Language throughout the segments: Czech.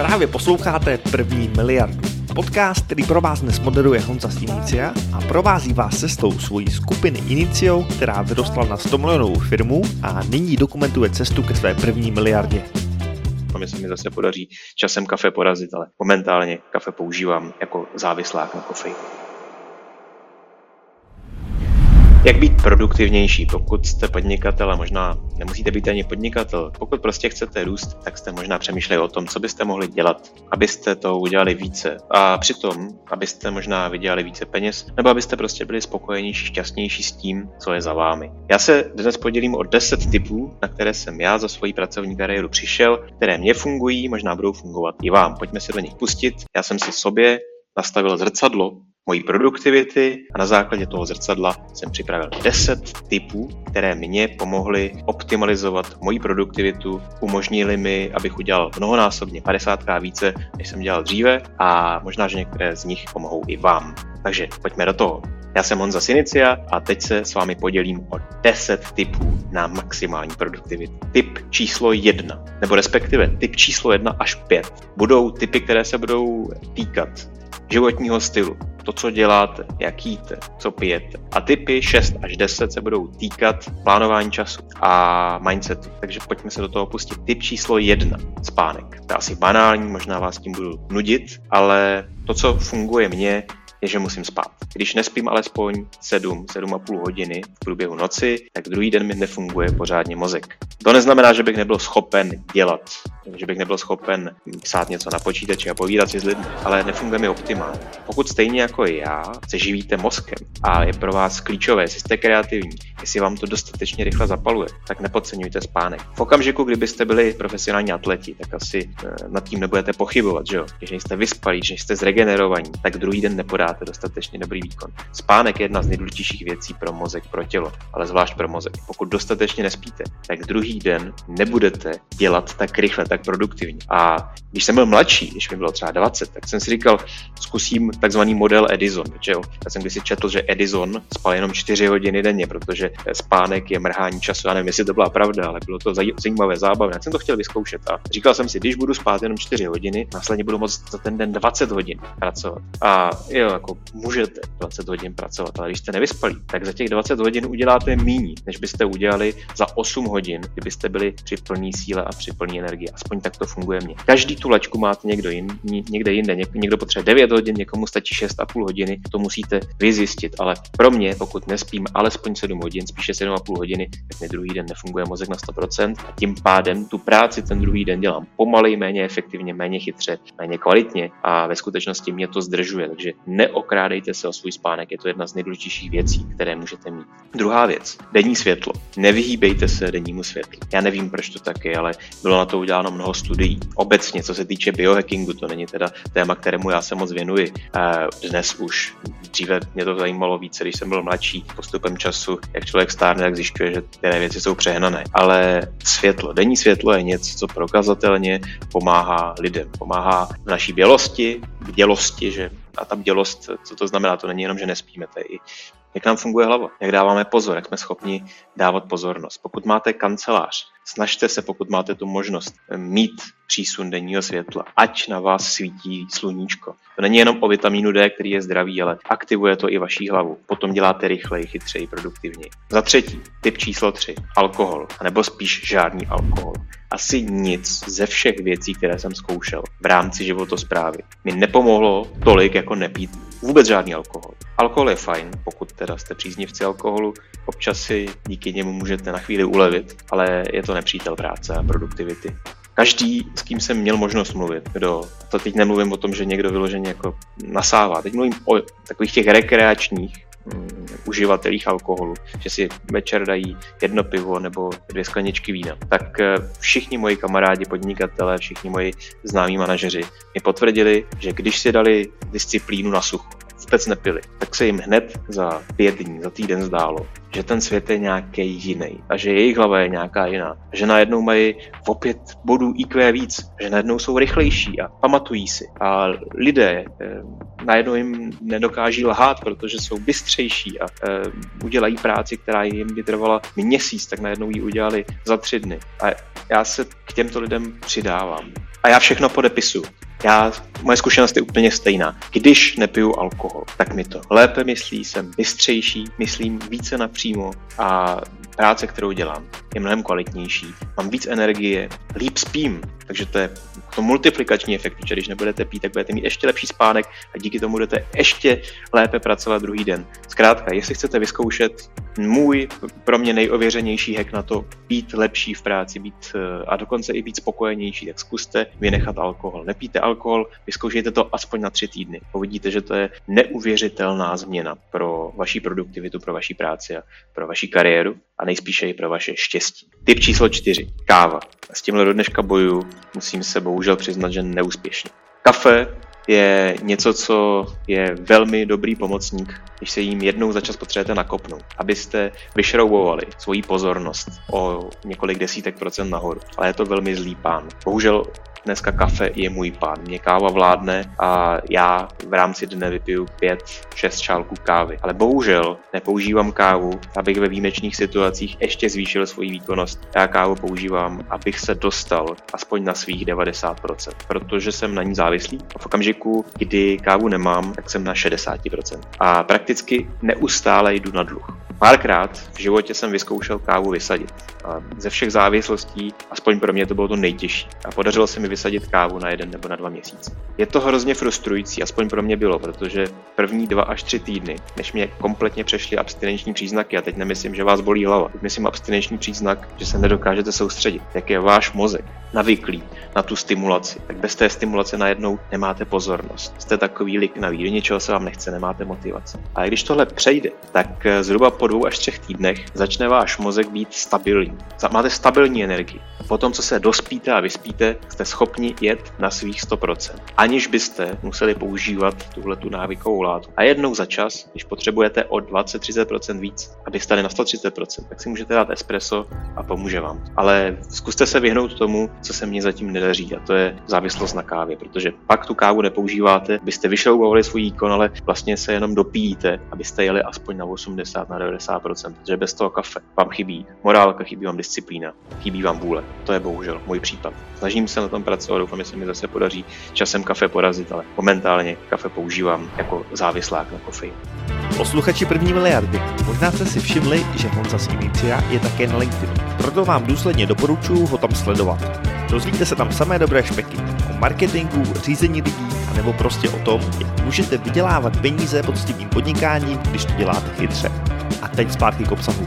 Právě posloucháte První miliardu. Podcast, který pro vás dnes moderuje Honza z Inicia a provází vás cestou svojí skupiny Iniciou, která vyrostla na 100 milionovou firmu a nyní dokumentuje cestu ke své první miliardě. Mě se mi zase podaří časem kafe porazit, ale momentálně kafe používám jako závislák na kofein. Jak být produktivnější, pokud jste podnikatel a možná nemusíte být ani podnikatel. Pokud prostě chcete růst, tak jste možná přemýšleli o tom, co byste mohli dělat, abyste to udělali více a přitom, abyste možná vydělali více peněz, nebo abyste prostě byli spokojenější, šťastnější s tím, co je za vámi. Já se dnes podělím o 10 tipů, na které jsem já za svoji pracovní kariéru přišel, které mě fungují, možná budou fungovat i vám. Pojďme se do nich pustit. Já jsem si sobě nastavil zrcadlo mojí produktivity a na základě toho zrcadla jsem připravil 10 tipů, které mě pomohly optimalizovat moji produktivitu, umožnili mi, abych udělal mnohonásobně 50krát více, než jsem dělal dříve a možná, že některé z nich pomohou i vám. Takže pojďme do toho. Já jsem Honza z Inicia a teď se s vámi podělím o 10 tipů na maximální produktivitu. Tip číslo 1, nebo respektive tip číslo 1 až 5 budou tipy, které se budou týkat životního stylu, to, co děláte, jak jíte, co pijete. A tipy 6 až 10 se budou týkat plánování času a mindsetu. Takže pojďme se do toho pustit. Tip číslo 1, spánek. To je asi banální, možná vás tím budu nudit, ale to, co funguje mně, je, že musím spát. Když nespím alespoň 7,5 hodiny v průběhu noci, tak druhý den mi nefunguje pořádně mozek. To neznamená, že bych nebyl schopen dělat, že bych nebyl schopen psát něco na počítači a povídat si s lidmi, ale nefunguje mi optimálně. Pokud stejně jako já se živíte mozkem a je pro vás klíčové, jestli jste kreativní, jestli vám to dostatečně rychle zapaluje, tak nepodceňujte spánek. V okamžiku, kdybyste byli profesionální atleti, tak asi nad tím nebudete pochybovat, že jo? Když nejste vyspalí, když nejste zregenerovaní, tak druhý den nepodáte dostatečně dobrý výkon. Spánek je jedna z nejdůležitějších věcí pro mozek, pro tělo, ale zvlášť pro mozek. Pokud dostatečně nespíte, tak druhý den nebudete dělat tak rychle, tak produktivně. A když jsem byl mladší, když mi bylo třeba 20, tak jsem si říkal, zkusím takzvaný model Edison. Že jo? Já jsem kdysi četl, že Edison spal jenom 4 hodiny denně, protože spánek je mrhání času. Já nevím, jestli to byla pravda, ale bylo to zajímavé, zábavné. Já jsem to chtěl vyzkoušet a říkal jsem si, když budu spát jenom 4 hodiny, následně budu moct za ten den 20 hodin pracovat. A jo, jako můžete 20 hodin pracovat, ale když jste nevyspalí, tak za těch 20 hodin uděláte míň, než byste udělali za 8 hodin, kdybyste byli při plné síle a při plné energii. Aspoň tak to funguje mně. Každý tu lačku máte někde jinde. Někdo potřebuje 9 hodin, někomu stačí 6,5 hodiny, to musíte vyzjistit, ale pro mě, pokud nespím alespoň 7 hodin, spíše 7,5 hodiny, tak mi druhý den nefunguje mozek na 100% a tím pádem tu práci ten druhý den dělám pomalej, méně efektivně, méně chytře, méně kvalitně a ve skutečnosti mě to zdržuje, takže neokrádejte se o svůj spánek, je to jedna z nejdůležitějších věcí, které můžete mít. Druhá věc, denní světlo. Nevyhýbejte se dennímu světlu. Já nevím, proč to tak je, ale bylo na to uděláno mnoho studií. Obecně, co se týče biohackingu, to není teda téma, kterému já se moc věnuji. Dnes už. Dříve mě to zajímalo více, když jsem byl mladší. Postupem času, jak člověk stárne, tak zjišťuje, že ty věci jsou přehnané. Ale světlo, denní světlo je něco, co prokazatelně pomáhá lidem. Pomáhá v naší bdělosti, že a ta bdělost, co to znamená, to není jenom, že nespíme, to je i jak nám funguje hlava, jak dáváme pozor, jak jsme schopni dávat pozornost. Pokud máte kancelář, snažte se, pokud máte tu možnost, mít přísun denního světla, ať na vás svítí sluníčko. To není jenom o vitamínu D, který je zdravý, ale aktivuje to i vaší hlavu. Potom děláte rychleji, chytřeji, produktivněji. Za třetí, tip číslo 3, alkohol, anebo spíš žádný alkohol. Asi nic ze všech věcí, které jsem zkoušel v rámci životosprávy, mi nepomohlo tolik jako nepít vůbec žádný alkohol. Alkohol je fajn, pokud teda jste příznivci alkoholu, občas si díky němu můžete na chvíli ulevit, ale je to nepřítel práce a produktivity. Každý, s kým jsem měl možnost mluvit, to teď nemluvím o tom, že někdo vyloženě jako nasává, teď mluvím o takových těch rekreačních uživatelích alkoholu, že si večer dají 1 pivo nebo 2 skleničky vína, tak všichni moji kamarádi, podnikatelé, všichni moji známí manažeři mi potvrdili, že když si dali disciplínu na sucho, vůbec nepili, tak se jim hned za 5 dní, za týden zdálo, že ten svět je nějaký jiný a že jejich hlava je nějaká jiná. Že najednou mají o 5 bodů IQ víc, že najednou jsou rychlejší a pamatují si. A lidé najednou jim nedokáží lhát, protože jsou bystřejší a udělají práci, která jim by trvala měsíc, tak najednou ji udělali za 3 dny. A já se k těmto lidem přidávám. A já všechno podepisuju. Moje zkušenost je úplně stejná. Když nepiju alkohol, tak mi to lépe myslí, jsem bystřejší, myslím více napřímo a práce, kterou dělám, je mnohem kvalitnější. Mám víc energie, líp spím, takže to je to multiplikační efekt, že když nebudete pít, tak budete mít ještě lepší spánek a díky tomu budete ještě lépe pracovat druhý den. Zkrátka, jestli chcete vyzkoušet můj pro mě nejověřenější hack na to být lepší v práci, být a dokonce i být spokojenější, tak zkuste vynechat alkohol. Nepijte alkohol, vyzkoušejte to aspoň na 3 týdny. Uvidíte, že to je neuvěřitelná změna pro vaši produktivitu, pro vaši práci a pro vaši kariéru a nejspíše i pro vaše štěstí. Tip číslo 4. Káva. S tímhle do dneška bojuju, musím se bohužel přiznat, že neúspěšně. Kafe je něco, co je velmi dobrý pomocník, když se jim jednou za čas potřebujete nakopnout, abyste vyšroubovali svoji pozornost o několik desítek procent nahoru. Ale je to velmi zlý pán. Bohužel dneska kafe je můj pán. Mě káva vládne a já v rámci dne vypiju 5-6 šálků kávy. Ale bohužel nepoužívám kávu, abych ve výjimečných situacích ještě zvýšil svoji výkonnost. Já kávu používám, abych se dostal aspoň na svých 90%, protože jsem na ní závislý. V okamžiku, kdy kávu nemám, tak jsem na 60%. A prakticky neustále jdu na dluh. Párkrát v životě jsem vyzkoušel kávu vysadit. A ze všech závislostí, aspoň pro mě to bylo to nejtěžší. A podařilo se mi vysadit kávu na 1 nebo na 2 měsíce. Je to hrozně frustrující, aspoň pro mě bylo, protože první 2 až 3 týdny, než mě kompletně přešly abstinenční příznaky, a teď nemyslím, že vás bolí hlava, myslím abstinenční příznak, že se nedokážete soustředit, jak je váš mozek navyklý na tu stimulaci, tak bez té stimulace najednou nemáte pozornost. Jste takový liknavý, do něčeho se vám nechce, nemáte motivaci. A když tohle přejde, tak zhruba po 2 až 3 týdnech začne váš mozek být stabilní. Máte stabilní energii. Potom, co se dospíte a vyspíte, jste schopni jet na svých 100%. Aniž byste museli používat tuhletu návykovou látku. A jednou za čas, když potřebujete o 20-30% víc, abyste jeli na 130%, tak si můžete dát espresso a pomůže vám. Ale zkuste se vyhnout tomu, co se mně zatím nedaří, a to je závislost na kávě, protože pak tu kávu nepoužíváte, byste vyšroubovali svůj výkon, ale vlastně se jenom dopíjíte, abyste jeli aspoň na 80, na 90%, protože bez toho kafe vám chybí morálka, chybí vám disciplína, chybí vám vůle. To je bohužel můj případ. Snažím se na tom pracovat, doufám, že se mi zase podaří časem kafe porazit, ale momentálně kafe používám jako závislák na kofein. Posluchači První miliardy, možná jste si všimli, že Honza z Inicia je také na LinkedInu. Proto vám důsledně doporučuji ho tam sledovat. Dozvíte se tam samé dobré špeky o marketingu, řízení lidí, anebo prostě o tom, jak můžete vydělávat peníze poctivým podnikáním, když to děláte chytře. A teď zpátky k obsahu.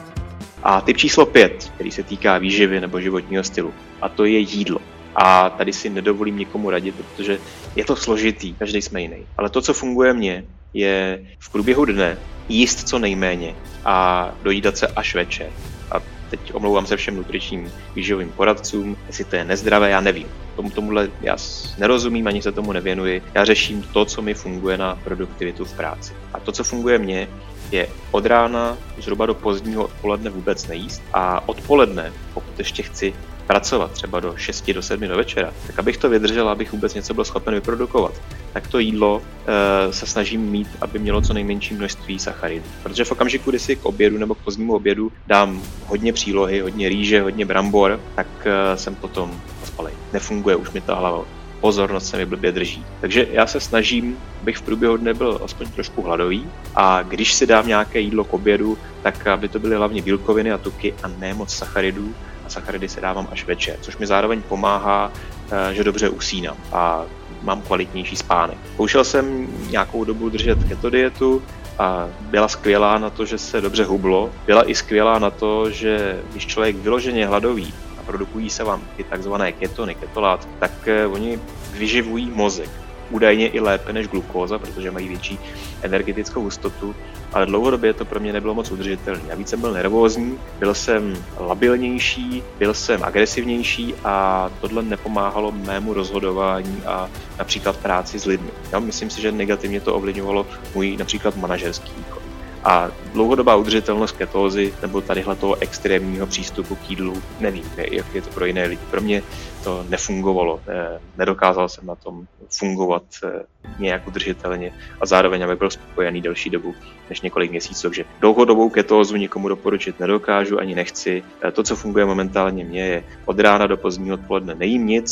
A tip číslo 5, který se týká výživy nebo životního stylu, a to je jídlo. A tady si nedovolím nikomu radit, protože je to složitý, každý jsme jiný. Ale to, co funguje mně, je v průběhu dne jíst co nejméně a dojídat se až večer. A teď omlouvám se všem nutričním výživovým poradcům, jestli to je nezdravé, já nevím. Tomuhle já nerozumím, ani se tomu nevěnuji. Já řeším to, co mi funguje na produktivitu v práci. A to, co funguje mně, je od rána zhruba do pozdního odpoledne vůbec nejíst a odpoledne, pokud ještě chci pracovat třeba do 6 do 7 do večera, tak abych to vydržel, abych vůbec něco byl schopen vyprodukovat, tak to jídlo se snažím mít, aby mělo co nejmenší množství sacharidů. Protože v okamžiku, kdy si k obědu nebo k pozdnímu obědu dám hodně přílohy, hodně rýže, hodně brambor, tak jsem potom ospalej. Nefunguje už mi ta hlava. Pozornost se mi blbě drží. Takže já se snažím, abych v průběhu dne byl aspoň trošku hladový a když si dám nějaké jídlo k obědu, tak aby to byly hlavně bílkoviny a tuky a ne moc sacharidů. A sacharidy se dávám až večer, což mi zároveň pomáhá, že dobře usínám a mám kvalitnější spánek. Poušel jsem nějakou dobu držet keto dietu a byla skvělá na to, že se dobře hublo. Byla i skvělá na to, že když člověk vyloženě hladový a produkují se vám ty takzvané ketony, ketolátky, tak oni vyživují mozek. Údajně i lépe než glukóza, protože mají větší energetickou hustotu, ale dlouhodobě to pro mě nebylo moc udržitelné. Navíc jsem byl nervózní, byl jsem labilnější, byl jsem agresivnější a tohle nepomáhalo mému rozhodování a například práci s lidmi. Já myslím si, že negativně to ovlivňovalo můj například manažerský výkon. A dlouhodobá udržitelnost ketózy nebo tadyhle toho extrémního přístupu k jídlu, nevím, jak je to pro jiné lidi. Pro mě to nefungovalo, nedokázal jsem na tom fungovat nějak udržitelně a zároveň abych byl spokojený delší dobu než několik měsíců. Takže dlouhodobou ketózu nikomu doporučit nedokážu ani nechci. To, co funguje momentálně mně, je od rána do pozdního odpoledne nejím nic,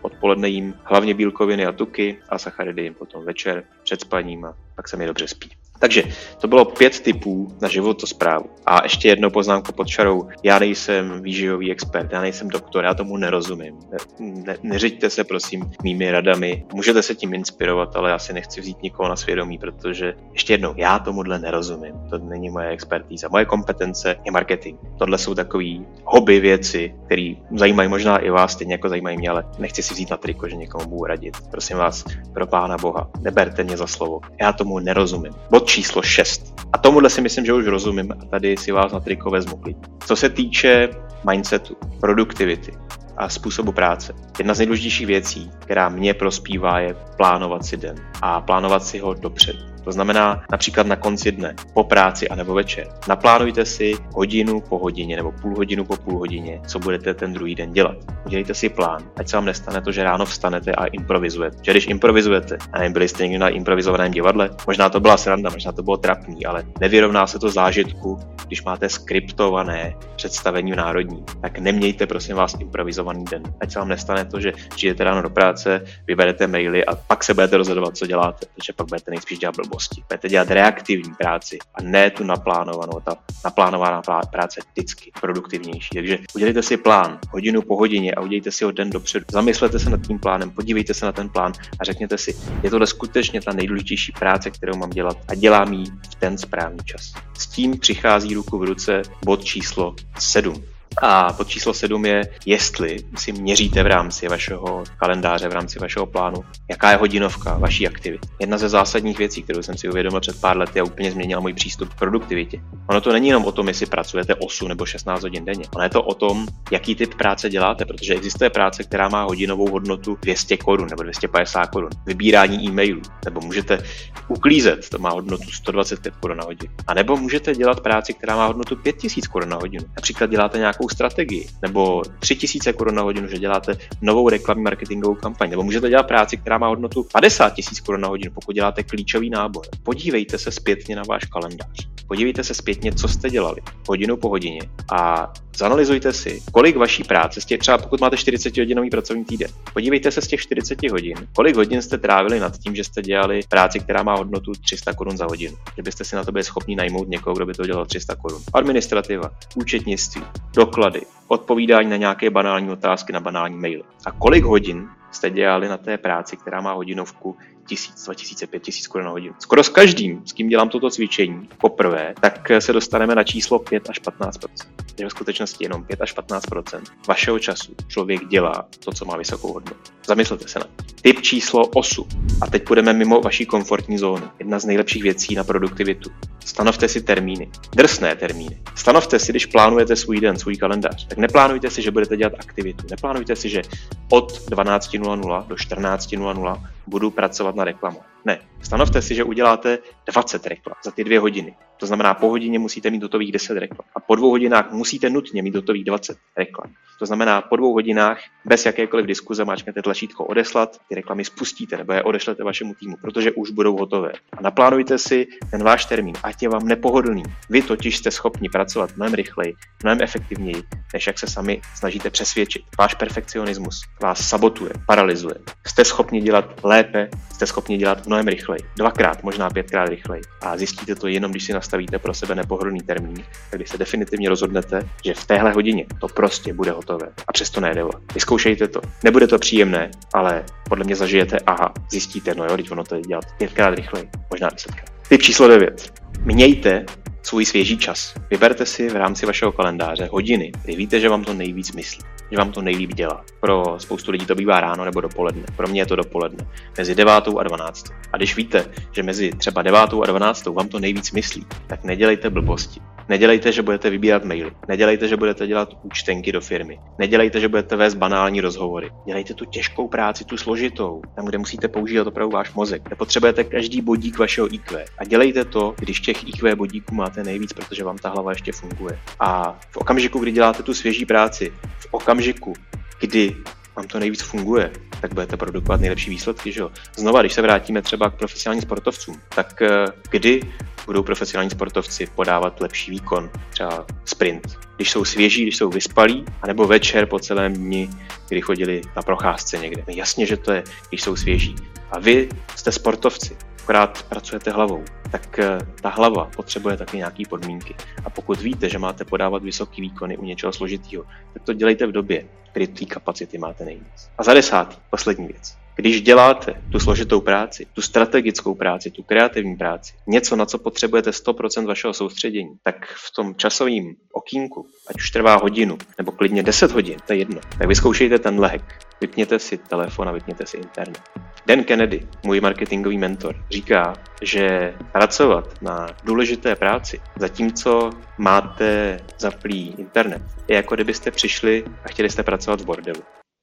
odpoledne jím hlavně bílkoviny a tuky a sacharidy jím potom večer před spaním a pak se mi dobře spí. Takže to bylo 5 tipů na životosprávu. A ještě jednou poznámku pod čarou. Já nejsem výživový expert, já nejsem doktor, já tomu nerozumím. Neřiďte se prosím mými radami. Můžete se tím inspirovat, ale já si nechci vzít nikoho na svědomí, protože ještě jednou, já tomuhle nerozumím. To není moje expertíza. Moje kompetence je marketing. Tohle jsou takový hobby věci, které zajímají možná i vás, stejně jako zajímají mě, ale nechci si vzít na triko, že někomu budu radit. Prosím vás, pro Pána Boha, neberte mě za slovo. Já tomu nerozumím. Bod číslo 6. A tomuhle si myslím, že už rozumím a tady si vás na triko vezmu klid. Co se týče mindsetu, produktivity a způsobu práce. Jedna z nejdůležitějších věcí, která mě prospívá, je plánovat si den a plánovat si ho dopředu. To znamená například na konci dne, po práci anebo večer. Naplánujte si hodinu po hodině nebo půl hodinu po půl hodině, co budete ten druhý den dělat. Udělejte si plán, ať se vám nestane to, že ráno vstanete a improvizujete. Že když improvizujete, a nevím, byli jste někdy na improvizovaném divadle, možná to byla sranda, možná to bylo trapný, ale nevyrovná se to zážitku, když máte skriptované představení v Národní. Tak nemějte prosím vás improvizovaný den. Ať se vám nestane to, že přijdete ráno do práce, vyberete maily a pak se budete rozhodovat, co děláte, protože pak budete nejspíš dělat blbosti. Budete dělat reaktivní práci a ne tu naplánovanou. Ta naplánovaná práce je vždycky produktivnější. Takže udělejte si plán hodinu po hodině a udělejte si ho den dopředu. Zamyslete se nad tím plánem, podívejte se na ten plán a řekněte si, je tohle skutečně ta nejdůležitější práce, kterou mám dělat a dělám ji v ten správný čas. S tím přichází ruku v ruce bod číslo 7. A bod číslo 7 je, jestli si měříte v rámci vašeho kalendáře, v rámci vašeho plánu, jaká je hodinovka vaší aktivity. Jedna ze zásadních věcí, kterou jsem si uvědomil před pár lety a úplně změnila můj přístup k produktivitě. Ono to není jenom o tom, jestli pracujete 8 nebo 16 hodin denně. Ono je to o tom, jaký typ práce děláte, protože existuje práce, která má hodinovou hodnotu 200 korun nebo 250 korun. Vybírání e-mailů, nebo můžete uklízet, to má hodnotu 125 korun na hodinu. A nebo můžete dělat práci, která má hodnotu 5000 korun na hodinu. Například děláte nějakou strategii, nebo 3000 korun na hodinu, že děláte novou reklamní marketingovou kampaň, nebo můžete dělat práci, která má hodnotu 50 000 korun na hodinu, pokud děláte klíčový nábor. Podívejte se zpětně na váš kalendář. Podívejte se zpětně, co jste dělali hodinu po hodině a zanalyzujte si, kolik vaší práce, třeba pokud máte 40-hodinový pracovní týden, podívejte se z těch 40 hodin, kolik hodin jste trávili nad tím, že jste dělali práci, která má hodnotu 300 korun za hodinu. Že byste si na to byli schopni najmout někoho, kdo by to dělal 300 korun. Administrativa, účetnictví, doklady, odpovídání na nějaké banální otázky, na banální maily. A kolik hodin jste dělali na té práci, která má hodinovku 1000, 2000, 5000 korun na hodinu. Skoro s každým, s kým dělám toto cvičení poprvé, tak se dostaneme na číslo 5 až 15%. Takže v skutečnosti jenom 5 až 15% vašeho času člověk dělá to, co má vysokou hodnotu. Zamyslete se na to. Tip číslo 8. A teď půjdeme mimo vaší komfortní zónu. Jedna z nejlepších věcí na produktivitu. Stanovte si termíny. Drsné termíny. Stanovte si, když plánujete svůj den, svůj kalendář, tak neplánujte si, že budete dělat aktivitu. Neplánujte si, že od 12:00 do 14:00 budu pracovat na reklamu. Ne, stanovte si, že uděláte 20 reklam za ty 2 hodiny. To znamená, po hodině musíte mít hotových 10 reklam. A po 2 hodinách musíte nutně mít hotových 20 reklam. To znamená, po 2 hodinách bez jakékoliv diskuze máčknete tlačítko odeslat, ty reklamy spustíte nebo je odešlete vašemu týmu, protože už budou hotové. A naplánujte si ten váš termín, ať je vám nepohodlný. Vy totiž jste schopni pracovat mnohem rychleji, mnohem efektivněji, než jak se sami snažíte přesvědčit. Váš perfekcionismus vás sabotuje, paralyzuje. Jste schopni dělat lépe, jste schopni dělat mnohem rychleji. 2x, možná 5x rychleji. A zjistíte to jenom, když si nastavíte pro sebe nepohodlný termín, když se definitivně rozhodnete, že v téhle hodině to prostě bude hotové. A přesto nejde. Vyzkoušejte to. Nebude to příjemné, ale podle mě zažijete a zjistíte, no jo, teď ono to je dělat 5x rychleji, možná 10x. Tip číslo 9. Mějte svůj svěží čas. Vyberte si v rámci vašeho kalendáře hodiny, kdy víte, že vám to nejvíc myslí, že vám to nejlíp dělá. Pro spoustu lidí to bývá ráno nebo dopoledne. Pro mě je to dopoledne. Mezi 9 a 12. A když víte, že mezi třeba 9 a 12 vám to nejvíc myslí, tak nedělejte blbosti. Nedělejte, že budete vybírat maily. Nedělejte, že budete dělat účtenky do firmy. Nedělejte, že budete vést banální rozhovory. Dělejte tu těžkou práci, tu složitou, tam, kde musíte používat opravdu váš mozek. Nepotřebujete každý bodík vašeho IQ. A dělejte to, když těch IQ bodíků máte nejvíc, protože vám ta hlava ještě funguje. A v okamžiku, kdy děláte tu svěží práci, v okamžiku, kdy vám to nejvíc funguje, tak budete produkovat nejlepší výsledky, že jo. Znova, když se vrátíme třeba k profesionálním sportovcům, tak kdy budou profesionální sportovci podávat lepší výkon, třeba sprint, když jsou svěží, když jsou vyspalí, anebo večer po celém dni, kdy chodili na procházce někde. No jasně, že to je, když jsou svěží. A vy jste sportovci, akorát pracujete hlavou, tak ta hlava potřebuje taky nějaké podmínky. A pokud víte, že máte podávat vysoký výkony u něčeho složitého, tak to dělejte v době, kdy té kapacity máte nejvíc. A za 10. poslední věc. Když děláte tu složitou práci, tu strategickou práci, tu kreativní práci, něco, na co potřebujete 100% vašeho soustředění, tak v tom časovém okýnku, ať už trvá hodinu, nebo klidně 10 hodin, to je jedno, tak vyzkoušejte tenhle hack. Vypněte si telefon a vypněte si internet. Dan Kennedy, můj marketingový mentor, říká, že pracovat na důležité práci, zatímco máte zaplý internet, je jako kdybyste přišli a chtěli jste pracovat v bordelu.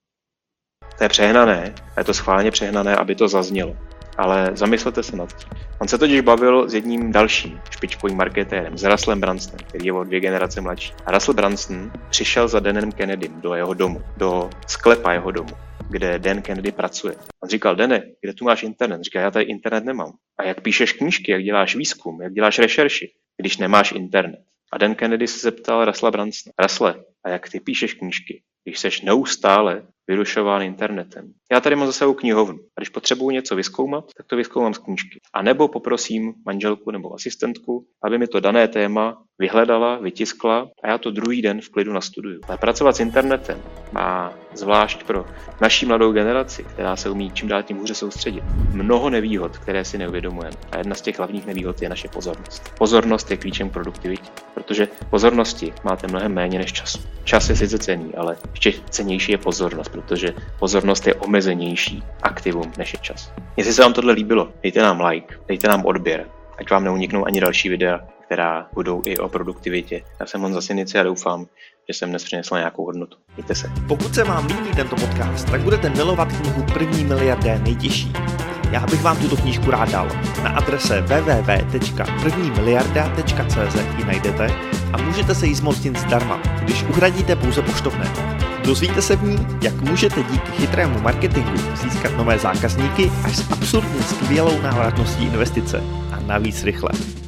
To je přehnané, a je to schválně přehnané, aby to zaznělo. Ale zamyslete se nad tím. On se totiž bavil s jedním dalším špičkovým marketérem, s Russellem Brunsonem, který je o 2 generace mladší. A Russell Brunson přišel za Danem Kennedym do jeho domu, do sklepa jeho domu, kde Dan Kennedy pracuje. On říkal: Dane, kde tu máš internet? Říká: já tady internet nemám. A jak píšeš knížky, jak děláš výzkum, jak děláš rešerši, když nemáš internet? A Dan Kennedy se zeptal Russella Brunsona: Russelle, a jak ty píšeš knížky, když seš neustále vyrušován internetem? Já tady mám za sebou knihovnu a když potřebuji něco vyzkoumat, tak to vyzkoumám z knížky. A nebo poprosím manželku nebo asistentku, aby mi to dané téma vyhledala, vytiskla a já to druhý den v klidu nastuduju. Ale pracovat s internetem má zvlášť pro naší mladou generaci, která se umí čím dál tím hůře soustředit, mnoho nevýhod, které si neuvědomujeme. A jedna z těch hlavních nevýhod je naše pozornost. Pozornost je klíčem k produktivitě, protože pozornosti máte mnohem méně než času. Čas je sice cenný, ale ještě cennější je pozornost, protože pozornost je omezenější aktivum než je čas. Jestli se vám tohle líbilo, dejte nám like, dejte nám odběr, ať vám neuniknou ani další videa, která budou i o produktivitě. Já jsem Honza Sinici a doufám, že jsem dnes přinesl nějakou hodnotu. Mějte se. Pokud se vám líbí tento podcast, tak budete milovat knihu První miliardér nejtěžší. Já bych vám tuto knížku rád dal. Na adrese www.prvnimiliarda.cz ji najdete a můžete se jí zmocnit zdarma, když uhradíte pouze poštovné. Dozvíte se v ní, jak můžete díky chytrému marketingu získat nové zákazníky až s absurdně skvělou návratností investice a navíc rychle.